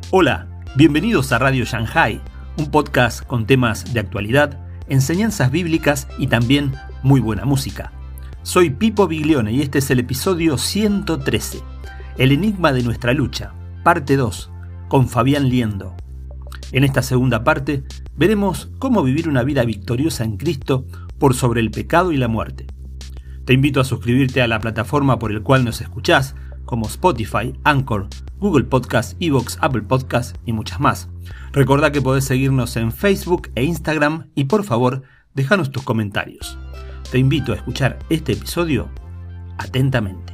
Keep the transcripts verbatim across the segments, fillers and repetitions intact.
Hola, bienvenidos a Radio Shanghai, un podcast con temas de actualidad, enseñanzas bíblicas y también muy buena música. Soy Pipo Biglione y este es el episodio ciento trece, El enigma de nuestra lucha, parte dos, con Fabián Liendo. En esta segunda parte veremos cómo vivir una vida victoriosa en Cristo por sobre el pecado y la muerte. Te invito a suscribirte a la plataforma por el cual nos escuchás, como Spotify, Anchor, Google Podcast, iVoox, Apple Podcast y muchas más. Recordá que podés seguirnos en Facebook e Instagram y por favor, déjanos tus comentarios. Te invito a escuchar este episodio atentamente.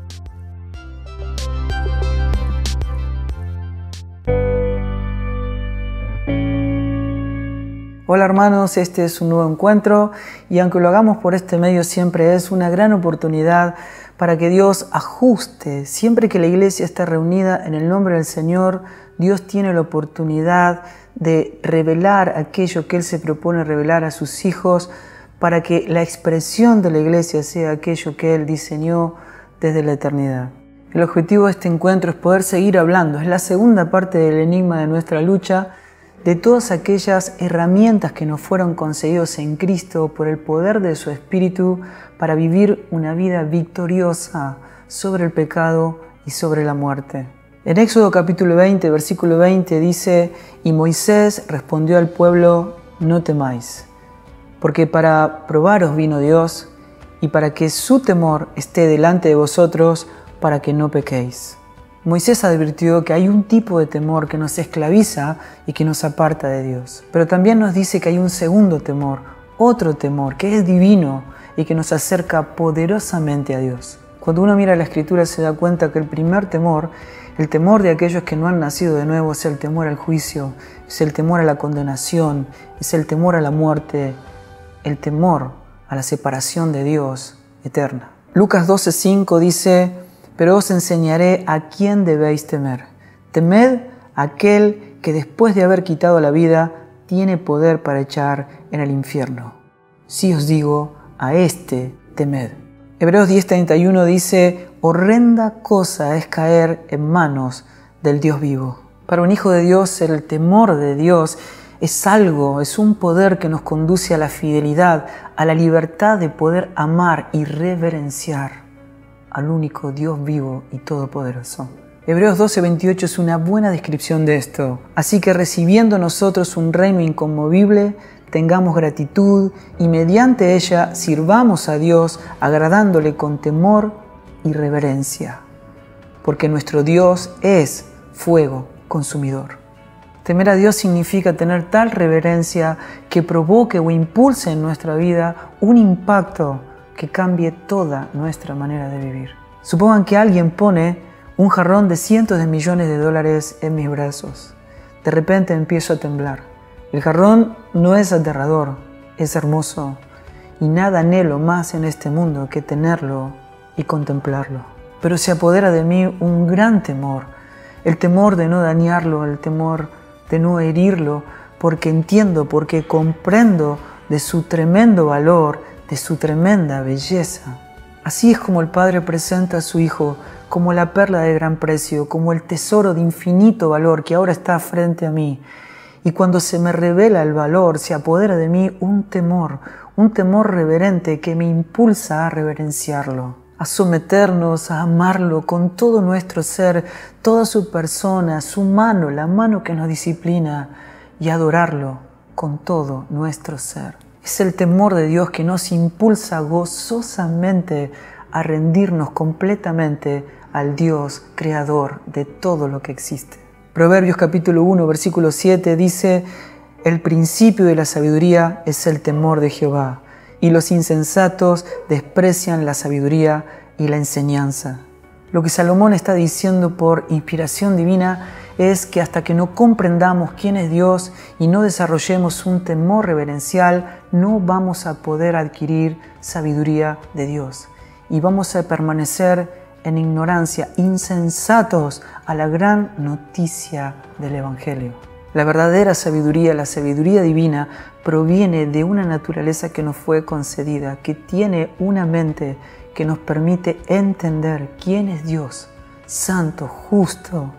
Hola hermanos, este es un nuevo encuentro y aunque lo hagamos por este medio siempre es una gran oportunidad para que Dios ajuste. Siempre que la iglesia está reunida en el nombre del Señor, Dios tiene la oportunidad de revelar aquello que Él se propone revelar a sus hijos para que la expresión de la iglesia sea aquello que Él diseñó desde la eternidad. El objetivo de este encuentro es poder seguir hablando. Es la segunda parte del enigma de nuestra lucha, de todas aquellas herramientas que nos fueron concedidos en Cristo por el poder de su Espíritu para vivir una vida victoriosa sobre el pecado y sobre la muerte. En Éxodo capítulo veinte, versículo veinte dice: «Y Moisés respondió al pueblo: no temáis, porque para probaros vino Dios, y para que su temor esté delante de vosotros, para que no pequéis». Moisés advirtió que hay un tipo de temor que nos esclaviza y que nos aparta de Dios. Pero también nos dice que hay un segundo temor, otro temor, que es divino y que nos acerca poderosamente a Dios. Cuando uno mira la Escritura se da cuenta que el primer temor, el temor de aquellos que no han nacido de nuevo, es el temor al juicio, es el temor a la condenación, es el temor a la muerte, el temor a la separación de Dios eterna. Lucas doce cinco dice: «Pero os enseñaré a quién debéis temer. Temed a aquel que después de haber quitado la vida, tiene poder para echar en el infierno. Sí os digo, a este temed». Hebreos diez treinta y uno dice: «Horrenda cosa es caer en manos del Dios vivo». Para un hijo de Dios, el temor de Dios es algo, es un poder que nos conduce a la fidelidad, a la libertad de poder amar y reverenciar al único Dios vivo y todopoderoso. Hebreos doce veintiocho es una buena descripción de esto. «Así que recibiendo nosotros un reino inconmovible, tengamos gratitud y mediante ella sirvamos a Dios, agradándole con temor y reverencia, porque nuestro Dios es fuego consumidor». Temer a Dios significa tener tal reverencia que provoque o impulse en nuestra vida un impacto que cambie toda nuestra manera de vivir. Supongan que alguien pone un jarrón de cientos de millones de dólares en mis brazos. De repente empiezo a temblar. El jarrón no es aterrador, es hermoso, y nada anhelo más en este mundo que tenerlo y contemplarlo. Pero se apodera de mí un gran temor, el temor de no dañarlo, el temor de no herirlo, porque entiendo, porque comprendo de su tremendo valor, de su tremenda belleza. Así es como el Padre presenta a su Hijo como la perla de gran precio, como el tesoro de infinito valor que ahora está frente a mí. Y cuando se me revela el valor, se apodera de mí un temor, un temor reverente que me impulsa a reverenciarlo, a someternos, a amarlo con todo nuestro ser, toda su persona, su mano, la mano que nos disciplina, y adorarlo con todo nuestro ser. Es el temor de Dios que nos impulsa gozosamente a rendirnos completamente al Dios creador de todo lo que existe. Proverbios capítulo uno, versículo siete dice: «El principio de la sabiduría es el temor de Jehová, y los insensatos desprecian la sabiduría y la enseñanza». Lo que Salomón está diciendo por inspiración divina es que hasta que no comprendamos quién es Dios y no desarrollemos un temor reverencial, no vamos a poder adquirir sabiduría de Dios. Y vamos a permanecer en ignorancia, insensatos a la gran noticia del Evangelio. La verdadera sabiduría, la sabiduría divina, proviene de una naturaleza que nos fue concedida, que tiene una mente que nos permite entender quién es Dios, santo, justo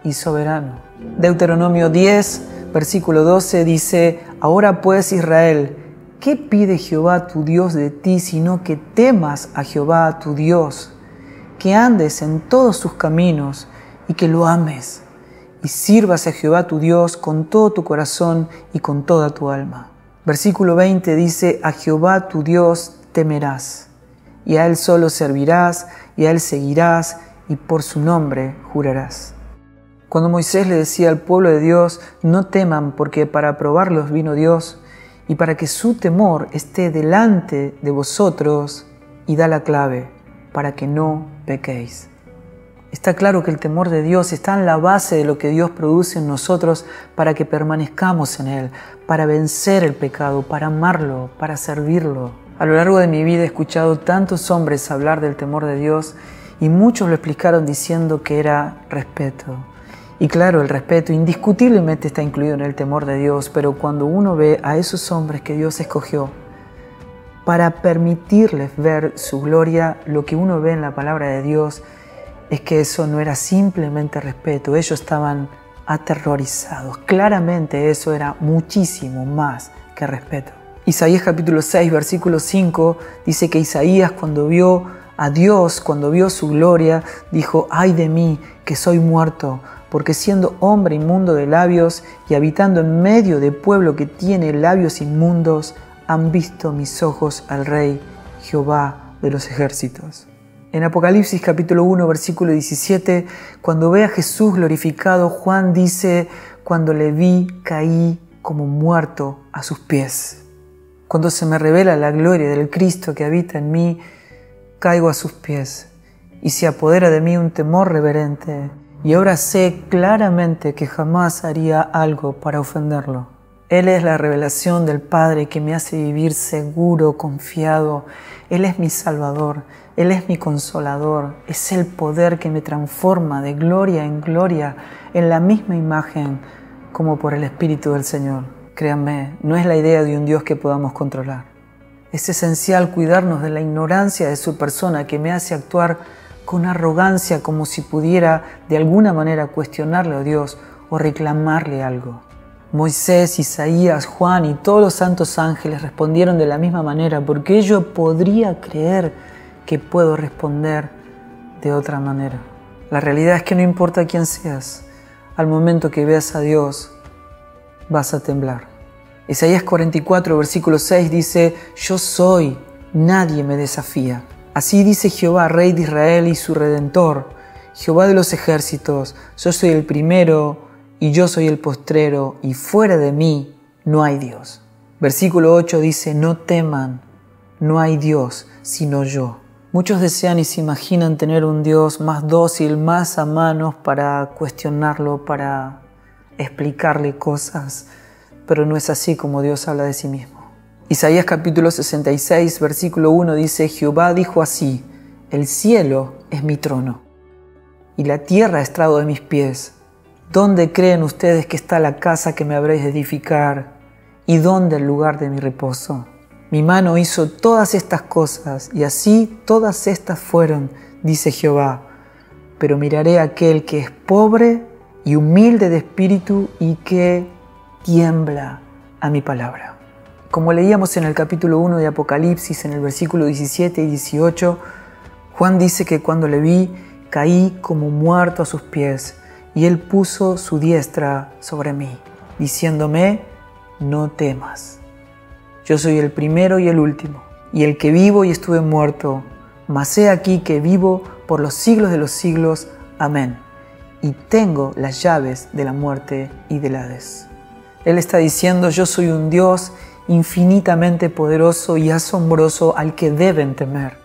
y soberano. Deuteronomio diez, versículo doce dice: Ahora pues, Israel, ¿qué pide Jehová tu Dios de ti, sino que temas a Jehová tu Dios, que andes en todos sus caminos y que lo ames, y sirvas a Jehová tu Dios con todo tu corazón y con toda tu alma? Versículo veinte dice: A Jehová tu Dios temerás, y a Él solo servirás, y a Él seguirás, y por su nombre jurarás. Cuando Moisés le decía al pueblo de Dios: no teman, porque para probarlos vino Dios, y para que su temor esté delante de vosotros, y da la clave: para que no pequéis. Está claro que el temor de Dios está en la base de lo que Dios produce en nosotros para que permanezcamos en Él, para vencer el pecado, para amarlo, para servirlo. A lo largo de mi vida he escuchado tantos hombres hablar del temor de Dios y muchos lo explicaron diciendo que era respeto. Y claro, el respeto indiscutiblemente está incluido en el temor de Dios, pero cuando uno ve a esos hombres que Dios escogió para permitirles ver su gloria, lo que uno ve en la palabra de Dios es que eso no era simplemente respeto, ellos estaban aterrorizados. Claramente eso era muchísimo más que respeto. Isaías capítulo seis, versículo cinco dice que Isaías, cuando vio a Dios, cuando vio su gloria, dijo: ay de mí, que soy muerto, porque siendo hombre inmundo de labios y habitando en medio de pueblo que tiene labios inmundos, han visto mis ojos al Rey, Jehová de los ejércitos. En Apocalipsis capítulo uno, versículo diecisiete, cuando ve a Jesús glorificado, Juan dice: cuando le vi, caí como muerto a sus pies. Cuando se me revela la gloria del Cristo que habita en mí, caigo a sus pies y se apodera de mí un temor reverente. Y ahora sé claramente que jamás haría algo para ofenderlo. Él es la revelación del Padre que me hace vivir seguro, confiado. Él es mi Salvador, Él es mi Consolador. Es el poder que me transforma de gloria en gloria en la misma imagen como por el Espíritu del Señor. Créanme, no es la idea de un Dios que podamos controlar. Es esencial cuidarnos de la ignorancia de su persona que me hace actuar con arrogancia como si pudiera de alguna manera cuestionarle a Dios o reclamarle algo. Moisés, Isaías, Juan y todos los santos ángeles respondieron de la misma manera, porque yo podría creer que puedo responder de otra manera. La realidad es que no importa quién seas, al momento que veas a Dios, vas a temblar. Isaías cuarenta y cuatro, versículo seis dice: yo soy, nadie me desafía. Así dice Jehová, Rey de Israel y su Redentor, Jehová de los ejércitos: yo soy el primero y yo soy el postrero, y fuera de mí no hay Dios. Versículo ocho dice: no teman, no hay Dios sino yo. Muchos desean y se imaginan tener un Dios más dócil, más a manos para cuestionarlo, para explicarle cosas, pero no es así como Dios habla de sí mismo. Isaías capítulo sesenta y seis, versículo uno dice: Jehová dijo así: el cielo es mi trono y la tierra estrado de mis pies. ¿Dónde creen ustedes que está la casa que me habréis de edificar? ¿Y dónde el lugar de mi reposo? Mi mano hizo todas estas cosas, y así todas estas fueron, dice Jehová. Pero miraré a aquel que es pobre y humilde de espíritu y que tiembla a mi palabra. Como leíamos en el capítulo uno de Apocalipsis, en el versículo diecisiete y dieciocho, Juan dice que cuando le vi, caí como muerto a sus pies, y él puso su diestra sobre mí, diciéndome: no temas. Yo soy el primero y el último, y el que vivo y estuve muerto, mas he aquí que vivo por los siglos de los siglos. Amén. Y tengo las llaves de la muerte y del Hades. Él está diciendo: yo soy un Dios infinitamente poderoso y asombroso al que deben temer.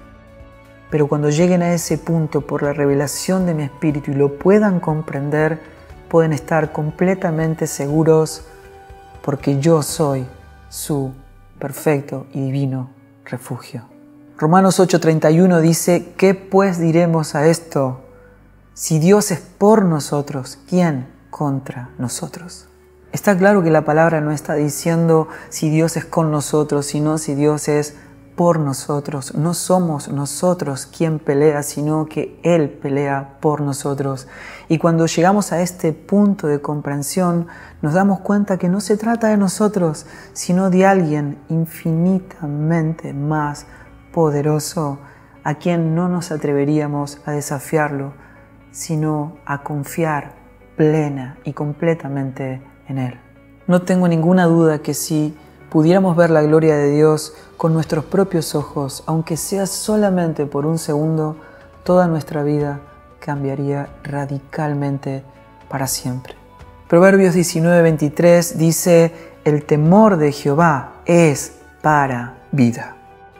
Pero cuando lleguen a ese punto por la revelación de mi espíritu y lo puedan comprender, pueden estar completamente seguros porque yo soy su perfecto y divino refugio. Romanos ocho treinta y uno dice: ¿qué pues diremos a esto? Si Dios es por nosotros, ¿quién contra nosotros? Está claro que la palabra no está diciendo si Dios es con nosotros, sino si Dios es por nosotros. No somos nosotros quien pelea, sino que Él pelea por nosotros. Y cuando llegamos a este punto de comprensión, nos damos cuenta que no se trata de nosotros, sino de alguien infinitamente más poderoso, a quien no nos atreveríamos a desafiarlo, sino a confiar plena y completamente en Él. No tengo ninguna duda que si pudiéramos ver la gloria de Dios con nuestros propios ojos, aunque sea solamente por un segundo, toda nuestra vida cambiaría radicalmente para siempre. Proverbios diecinueve veintitrés dice: el temor de Jehová es para vida,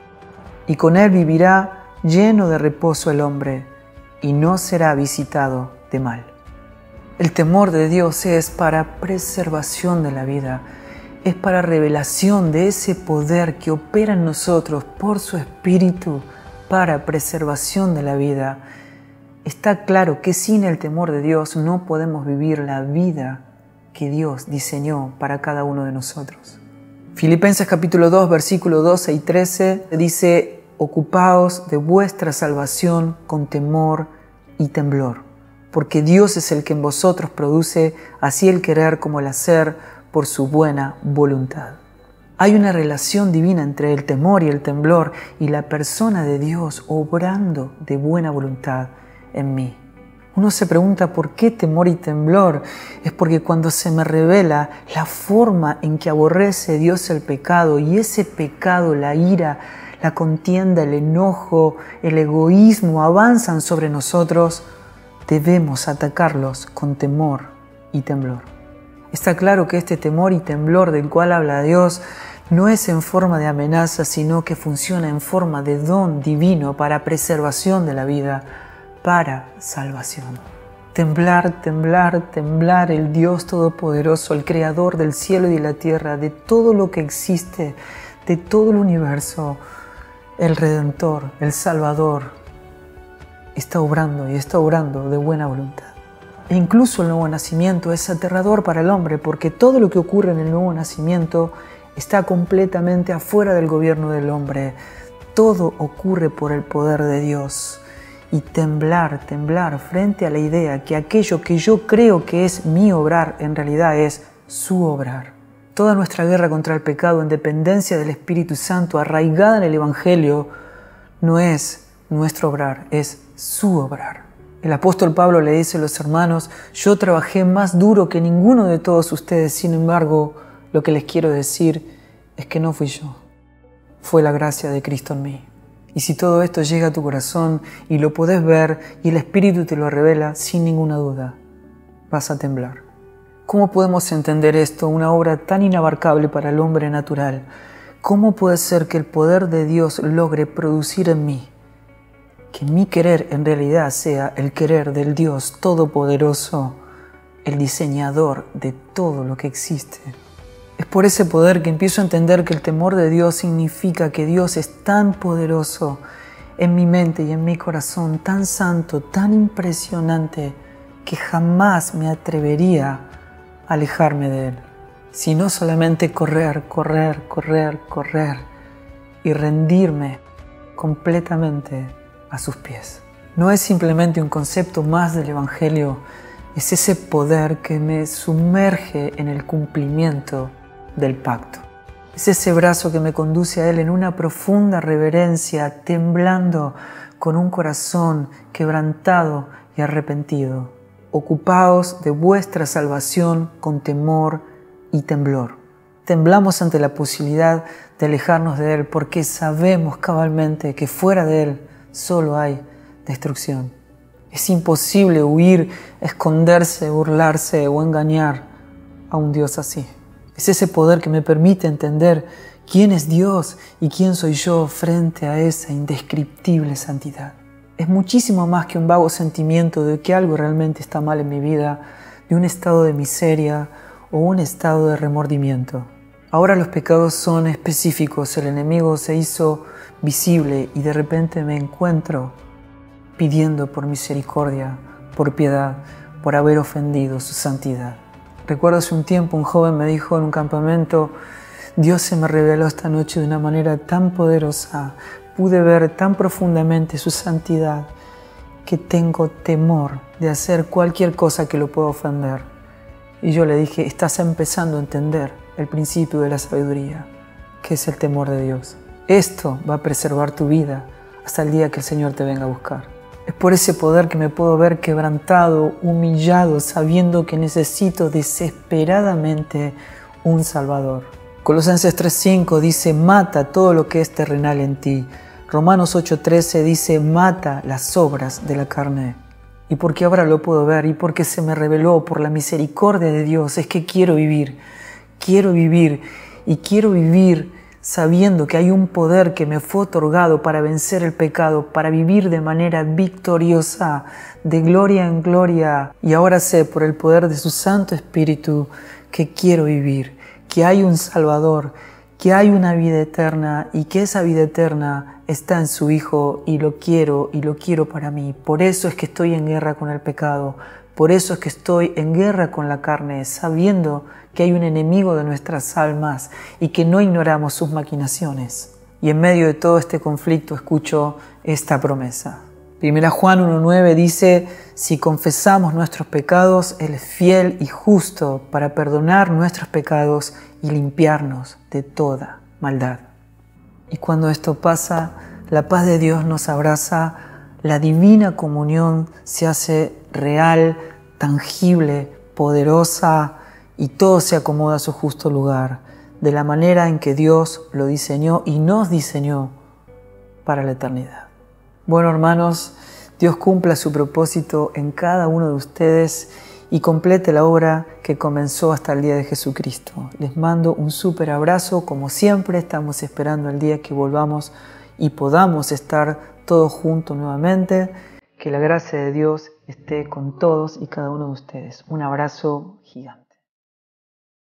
y con él vivirá lleno de reposo el hombre, y no será visitado de mal. El temor de Dios es para preservación de la vida, es para revelación de ese poder que opera en nosotros por su Espíritu para preservación de la vida. Está claro que sin el temor de Dios no podemos vivir la vida que Dios diseñó para cada uno de nosotros. Filipenses capítulo dos, versículos doce y trece dice: ocupaos de vuestra salvación con temor y temblor, porque Dios es el que en vosotros produce así el querer como el hacer por su buena voluntad. Hay una relación divina entre el temor y el temblor y la persona de Dios obrando de buena voluntad en mí. Uno se pregunta por qué temor y temblor. Es porque cuando se me revela la forma en que aborrece Dios el pecado, y ese pecado, la ira, la contienda, el enojo, el egoísmo avanzan sobre nosotros, debemos atacarlos con temor y temblor. Está claro que este temor y temblor del cual habla Dios no es en forma de amenaza, sino que funciona en forma de don divino para preservación de la vida, para salvación. Temblar, temblar, temblar el Dios Todopoderoso, el Creador del cielo y de la tierra, de todo lo que existe, de todo el universo, el Redentor, el Salvador, está obrando y está obrando de buena voluntad. E incluso el nuevo nacimiento es aterrador para el hombre, porque todo lo que ocurre en el nuevo nacimiento está completamente afuera del gobierno del hombre. Todo ocurre por el poder de Dios. Y temblar, temblar frente a la idea que aquello que yo creo que es mi obrar, en realidad es su obrar. Toda nuestra guerra contra el pecado, en dependencia del Espíritu Santo, arraigada en el Evangelio, no es nuestro obrar, es su obrar. El apóstol Pablo le dice a los hermanos: yo trabajé más duro que ninguno de todos ustedes, sin embargo, lo que les quiero decir es que no fui yo, fue la gracia de Cristo en mí. Y si todo esto llega a tu corazón y lo podés ver y el Espíritu te lo revela, sin ninguna duda, vas a temblar. ¿Cómo podemos entender esto, una obra tan inabarcable para el hombre natural? ¿Cómo puede ser que el poder de Dios logre producir en mí que mi querer en realidad sea el querer del Dios Todopoderoso, el diseñador de todo lo que existe? Es por ese poder que empiezo a entender que el temor de Dios significa que Dios es tan poderoso en mi mente y en mi corazón, tan santo, tan impresionante, que jamás me atrevería a alejarme de Él, sino solamente correr, correr, correr, correr y rendirme completamente a sus pies. No es simplemente un concepto más del Evangelio, es ese poder que me sumerge en el cumplimiento del pacto. Es ese brazo que me conduce a Él en una profunda reverencia, temblando con un corazón quebrantado y arrepentido. Ocupaos de vuestra salvación con temor y temblor. Temblamos ante la posibilidad de alejarnos de Él porque sabemos cabalmente que fuera de Él solo hay destrucción. Es imposible huir, esconderse, burlarse o engañar a un Dios así. Es ese poder que me permite entender quién es Dios y quién soy yo frente a esa indescriptible santidad. Es muchísimo más que un vago sentimiento de que algo realmente está mal en mi vida, de un estado de miseria o un estado de remordimiento. Ahora los pecados son específicos, el enemigo se hizo visible y de repente me encuentro pidiendo por misericordia, por piedad, por haber ofendido su santidad. Recuerdo hace un tiempo un joven me dijo en un campamento: Dios se me reveló esta noche de una manera tan poderosa. Pude ver tan profundamente su santidad que tengo temor de hacer cualquier cosa que lo pueda ofender. Y yo le dije, estás empezando a entender el principio de la sabiduría, que es el temor de Dios. Esto va a preservar tu vida hasta el día que el Señor te venga a buscar. Es por ese poder que me puedo ver quebrantado, humillado, sabiendo que necesito desesperadamente un Salvador. Colosenses tres cinco dice, mata todo lo que es terrenal en ti. Romanos ocho trece dice, mata las obras de la carne. Y porque ahora lo puedo ver y porque se me reveló por la misericordia de Dios, es que quiero vivir, quiero vivir y quiero vivir sabiendo que hay un poder que me fue otorgado para vencer el pecado, para vivir de manera victoriosa, de gloria en gloria. Y ahora sé por el poder de su Santo Espíritu que quiero vivir, que hay un Salvador, que hay una vida eterna y que esa vida eterna está en su Hijo y lo quiero y lo quiero para mí. Por eso es que estoy en guerra con el pecado, por eso es que estoy en guerra con la carne, sabiendo que hay un enemigo de nuestras almas y que no ignoramos sus maquinaciones. Y en medio de todo este conflicto escucho esta promesa. Primera Juan uno nueve dice, si confesamos nuestros pecados, Él es fiel y justo para perdonar nuestros pecados y limpiarnos de toda maldad. Y cuando esto pasa, la paz de Dios nos abraza, la divina comunión se hace real, tangible, poderosa y todo se acomoda a su justo lugar, de la manera en que Dios lo diseñó y nos diseñó para la eternidad. Bueno, hermanos, Dios cumpla su propósito en cada uno de ustedes y complete la obra que comenzó hasta el día de Jesucristo. Les mando un súper abrazo. Como siempre, estamos esperando el día que volvamos y podamos estar todos juntos nuevamente. Que la gracia de Dios esté con todos y cada uno de ustedes. Un abrazo gigante.